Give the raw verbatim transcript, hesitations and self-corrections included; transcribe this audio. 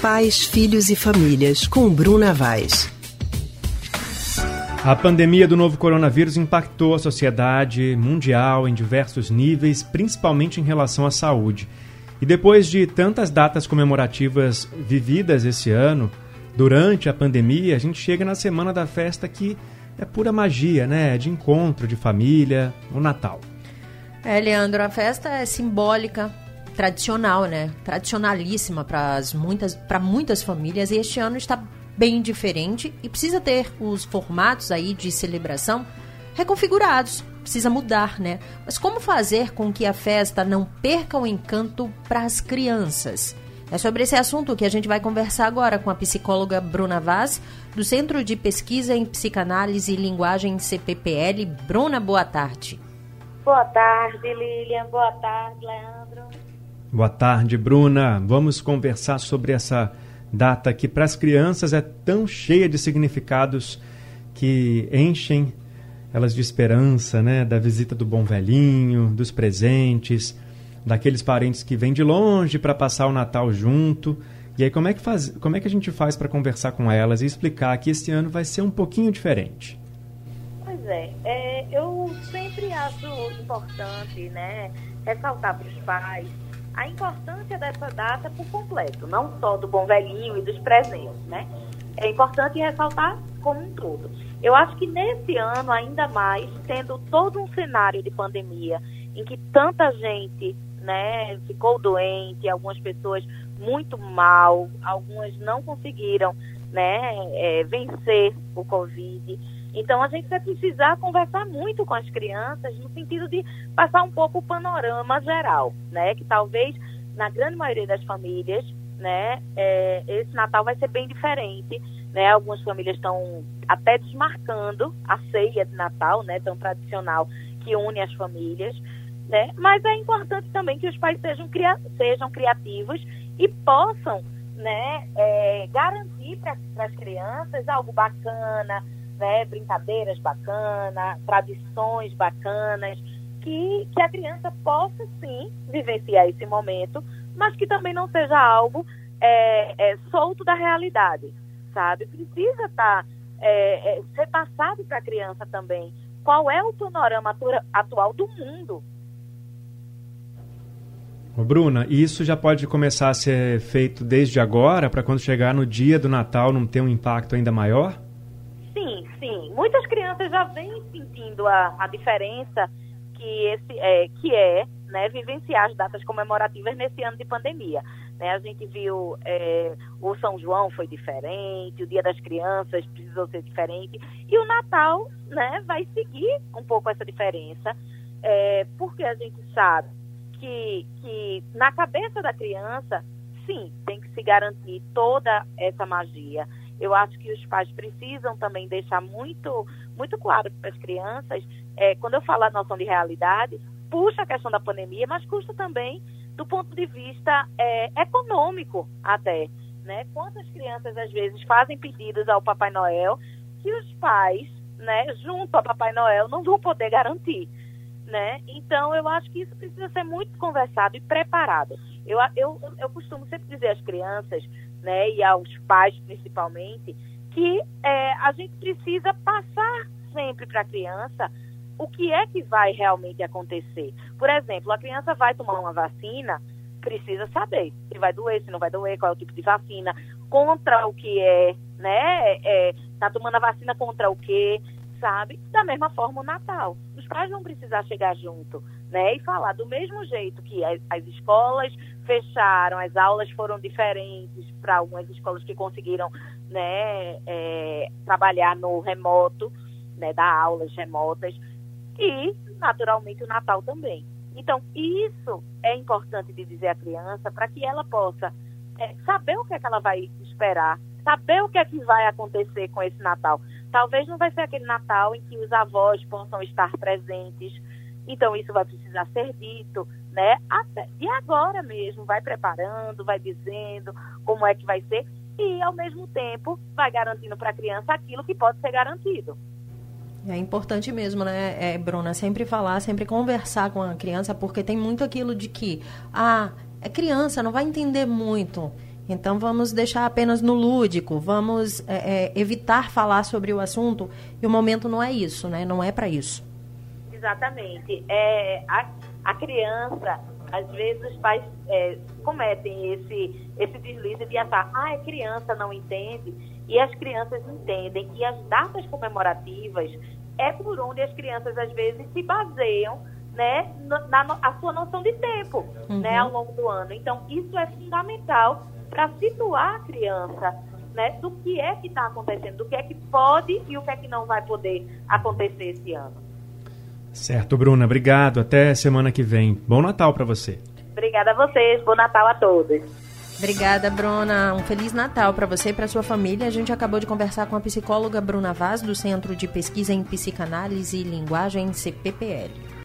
Pais, Filhos e Famílias, com Bruna Vaz. A pandemia do novo coronavírus impactou a sociedade mundial em diversos níveis, principalmente em relação à saúde. E depois de tantas datas comemorativas vividas esse ano, durante a pandemia, a gente chega na semana da festa que é pura magia, né? De encontro, de família, o Natal. É, Leandro, a festa é simbólica, tradicional, né? Tradicionalíssima para muitas, para muitas famílias, e este ano está bem diferente e precisa ter os formatos aí de celebração reconfigurados, precisa mudar, né? Mas como fazer com que a festa não perca o encanto para as crianças? É sobre esse assunto que a gente vai conversar agora com a psicóloga Bruna Vaz, do Centro de Pesquisa em Psicanálise e Linguagem C P P L. Bruna, boa tarde. Boa tarde, Lilian. Boa tarde, Leandro. Boa tarde, Bruna. Vamos conversar sobre essa data que para as crianças é tão cheia de significados que enchem elas de esperança, né? Da visita do bom velhinho, dos presentes, daqueles parentes que vêm de longe para passar o Natal junto. E aí como é que, faz, como é que a gente faz para conversar com elas e explicar que esse ano vai ser um pouquinho diferente? Pois é, é eu sempre acho importante, né, ressaltar para os pais a importância dessa data por completo, não só do bom velhinho e dos presentes, né? É importante ressaltar como um todo. Eu acho que nesse ano, ainda mais, tendo todo um cenário de pandemia, em que tanta gente, né, ficou doente, algumas pessoas muito mal, algumas não conseguiram, né, é, vencer o Covid. Então, a gente vai precisar conversar muito com as crianças no sentido de passar um pouco o panorama geral, né? Que talvez, na grande maioria das famílias, né, é, esse Natal vai ser bem diferente, né? Algumas famílias estão até desmarcando a ceia de Natal, né, tão tradicional, que une as famílias, né? Mas é importante também que os pais sejam, cria- sejam criativos e possam, né, é, garantir para as crianças algo bacana, né, brincadeiras bacanas, tradições bacanas, que, que a criança possa sim vivenciar esse momento, mas que também não seja algo é, é, solto da realidade, sabe? Precisa tá, é, é, ser passado para a criança também qual é o panorama atua, atual do mundo. Ô Bruna, e isso já pode começar a ser feito desde agora, para quando chegar no dia do Natal não ter um impacto ainda maior? Sim, sim. Muitas crianças já vêm sentindo a, a diferença que, esse, é, que é né, vivenciar as datas comemorativas nesse ano de pandemia. Né, a gente viu é, o São João foi diferente, o Dia das Crianças precisou ser diferente, e o Natal, né, vai seguir um pouco essa diferença, é, porque a gente sabe que, que na cabeça da criança, sim, tem que se garantir toda essa magia. Eu acho que os pais precisam também deixar muito, muito claro para as crianças, é, quando eu falo a noção de realidade, puxa a questão da pandemia, mas custa também do ponto de vista é, econômico até, né? Quantas crianças, às vezes, fazem pedidos ao Papai Noel que os pais, né, junto ao Papai Noel, não vão poder garantir, né? Então, eu acho que isso precisa ser muito conversado e preparado. Eu, eu, eu costumo sempre dizer às crianças, né, e aos pais principalmente, que é, a gente precisa passar sempre para a criança o que é que vai realmente acontecer. Por exemplo, a criança vai tomar uma vacina, precisa saber se vai doer, se não vai doer, qual é o tipo de vacina, contra o que é, né? É, tá tomando a vacina contra o quê, sabe? Da mesma forma o Natal. Os pais vão precisar chegar junto, né? E falar do mesmo jeito que as, as escolas fecharam, as aulas foram diferentes para algumas escolas que conseguiram, né, é, trabalhar no remoto, né, dar aulas remotas, e, naturalmente, o Natal também. Então, isso é importante de dizer à criança para que ela possa é, saber o que é que ela vai esperar, saber o que é que vai acontecer com esse Natal. Talvez não vai ser aquele Natal em que os avós possam estar presentes, então isso vai precisar ser dito, né? Até, e agora mesmo, vai preparando, vai dizendo como é que vai ser e, ao mesmo tempo, vai garantindo para a criança aquilo que pode ser garantido. É importante mesmo, né, é, Bruna, sempre falar, sempre conversar com a criança, porque tem muito aquilo de que, ah, é criança, não vai entender muito. Então vamos deixar apenas no lúdico, vamos é, é, evitar falar sobre o assunto, e o momento não é isso, né? Não é para isso. Exatamente. É, a, a criança, às vezes os pais é, cometem esse, esse deslize de achar, ah, é criança, não entende, e as crianças entendem que as datas comemorativas é por onde as crianças às vezes se baseiam, né, na, na a sua noção de tempo, uhum. né, ao longo do ano. Então, isso é fundamental para situar a criança, né, do que é que está acontecendo, do que é que pode e o que é que não vai poder acontecer esse ano. Certo, Bruna, obrigado. Até semana que vem. Bom Natal para você. Obrigada a vocês. Bom Natal a todos. Obrigada, Bruna. Um Feliz Natal para você e para sua família. A gente acabou de conversar com a psicóloga Bruna Vaz, do Centro de Pesquisa em Psicanálise e Linguagem, C P P L.